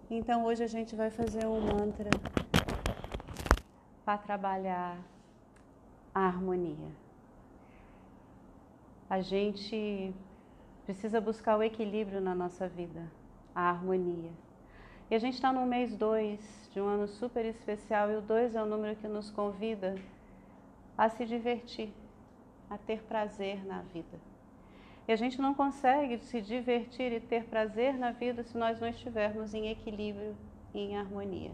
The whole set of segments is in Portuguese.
Então hoje a gente vai fazer um mantra para trabalhar a harmonia. A gente precisa buscar o equilíbrio na nossa vida, a harmonia. E a gente está no mês 2 de um ano super especial, e o 2 é o número que nos convida a se divertir, a ter prazer na vida. E a gente não consegue se divertir e ter prazer na vida se nós não estivermos em equilíbrio e em harmonia.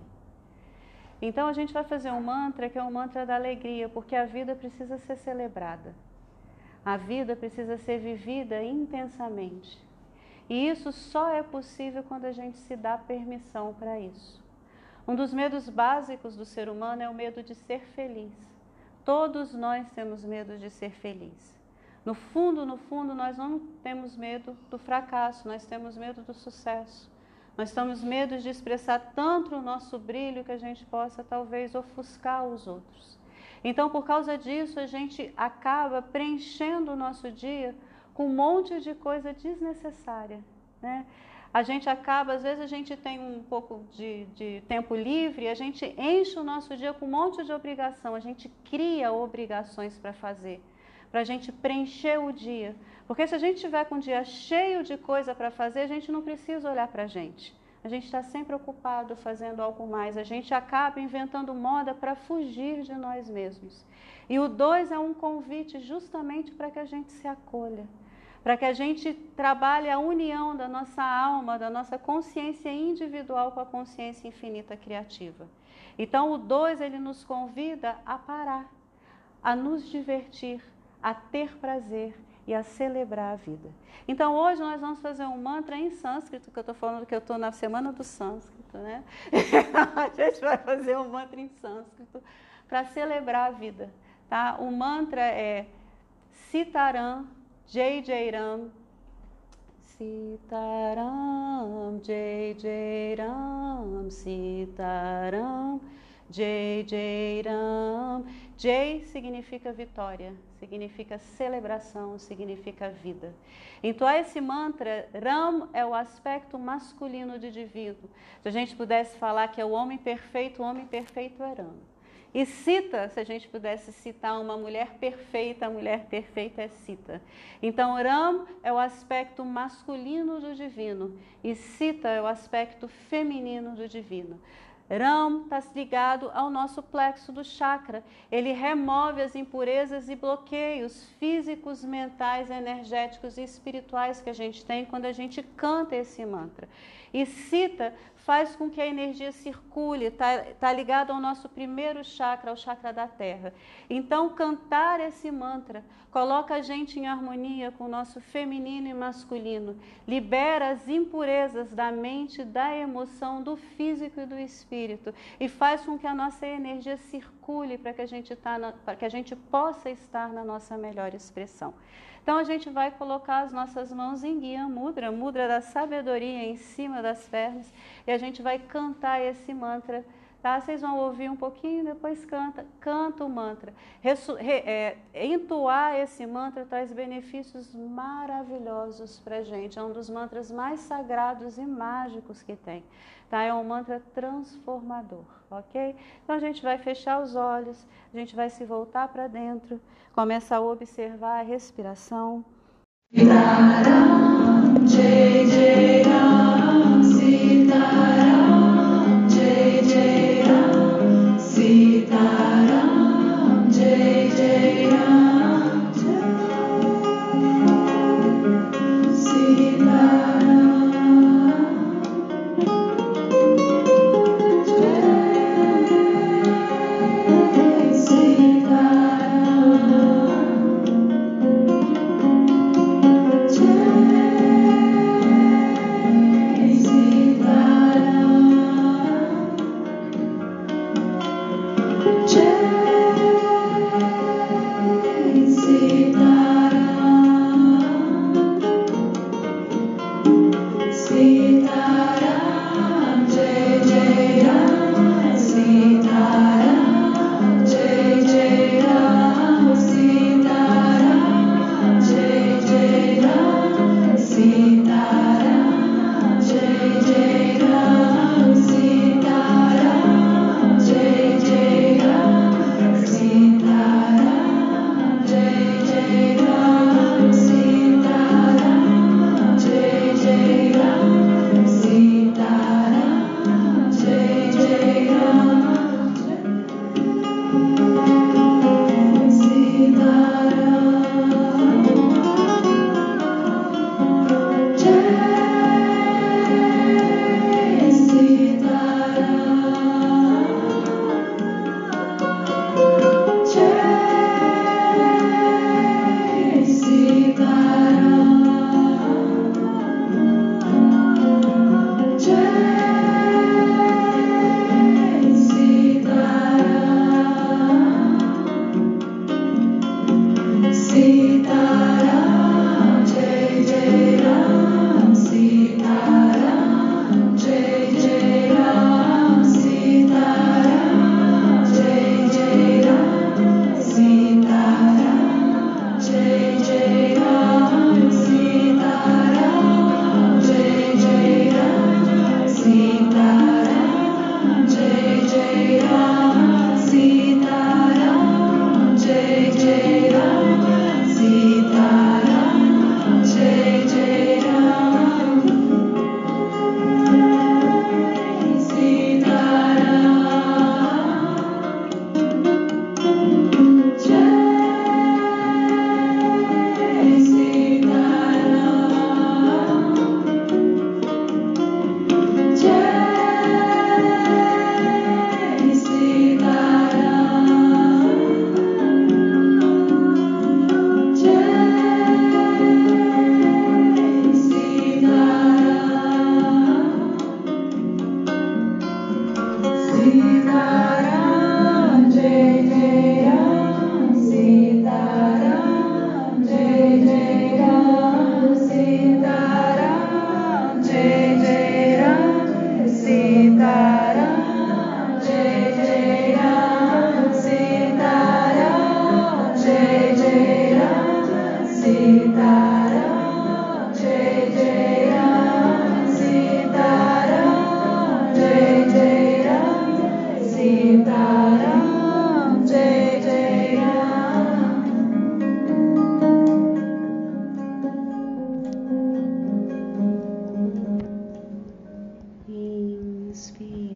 Então a gente vai fazer um mantra que é um mantra da alegria, porque a vida precisa ser celebrada. A vida precisa ser vivida intensamente. E isso só é possível quando a gente se dá permissão para isso. Um dos medos básicos do ser humano é o medo de ser feliz. Todos nós temos medo de ser feliz. No fundo, nós não temos medo do fracasso, nós temos medo do sucesso. Nós temos medo de expressar tanto o nosso brilho que a gente possa talvez ofuscar os outros. Então, por causa disso, a gente acaba preenchendo o nosso dia com um monte de coisa desnecessária, né? A gente acaba, às vezes a gente tem um pouco de tempo livre, a gente enche o nosso dia com um monte de obrigação, a gente cria obrigações para fazer, para a gente preencher o dia. Porque se a gente estiver com um dia cheio de coisa para fazer, a gente não precisa olhar para a gente. A gente está sempre ocupado fazendo algo mais. A gente acaba inventando moda para fugir de nós mesmos. E o 2 é um convite justamente para que a gente se acolha. Para que a gente trabalhe a união da nossa alma, da nossa consciência individual com a consciência infinita criativa. Então o 2, ele nos convida a parar, a nos divertir, a ter prazer e a celebrar a vida. Então hoje nós vamos fazer um mantra em sânscrito, que eu estou falando que eu estou na semana do sânscrito, né? A gente vai fazer um mantra em sânscrito para celebrar a vida, tá? O mantra é Sitaram, Jai Jai Ram, Sitaram, Jai Jai Ram, Sitaram, Jai Jai Ram. Jai significa vitória, significa celebração, significa vida. Então esse mantra, Ram é o aspecto masculino de divino. Se a gente pudesse falar que é o homem perfeito é Ram. E Sita, se a gente pudesse citar uma mulher perfeita, a mulher perfeita é Sita. Então Ram é o aspecto masculino do divino e Sita é o aspecto feminino do divino. Ram está ligado ao nosso plexo do chakra. Ele remove as impurezas e bloqueios físicos, mentais, energéticos e espirituais que a gente tem quando a gente canta esse mantra. E Sita faz com que a energia circule, está ligado ao nosso primeiro chakra, ao chakra da terra. Então, cantar esse mantra coloca a gente em harmonia com o nosso feminino e masculino, libera as impurezas da mente, da emoção, do físico e do espírito e faz com que a nossa energia circule para que a gente possa estar na nossa melhor expressão. Então a gente vai colocar as nossas mãos em Guia Mudra, Mudra da sabedoria em cima das pernas, e a gente vai cantar esse mantra, tá? Vocês vão ouvir um pouquinho, depois canta o mantra. Entoar esse mantra traz benefícios maravilhosos para a gente, é um dos mantras mais sagrados e mágicos que tem, tá? É um mantra transformador, ok? Então a gente vai fechar os olhos, a gente vai se voltar para dentro, começa a observar a respiração.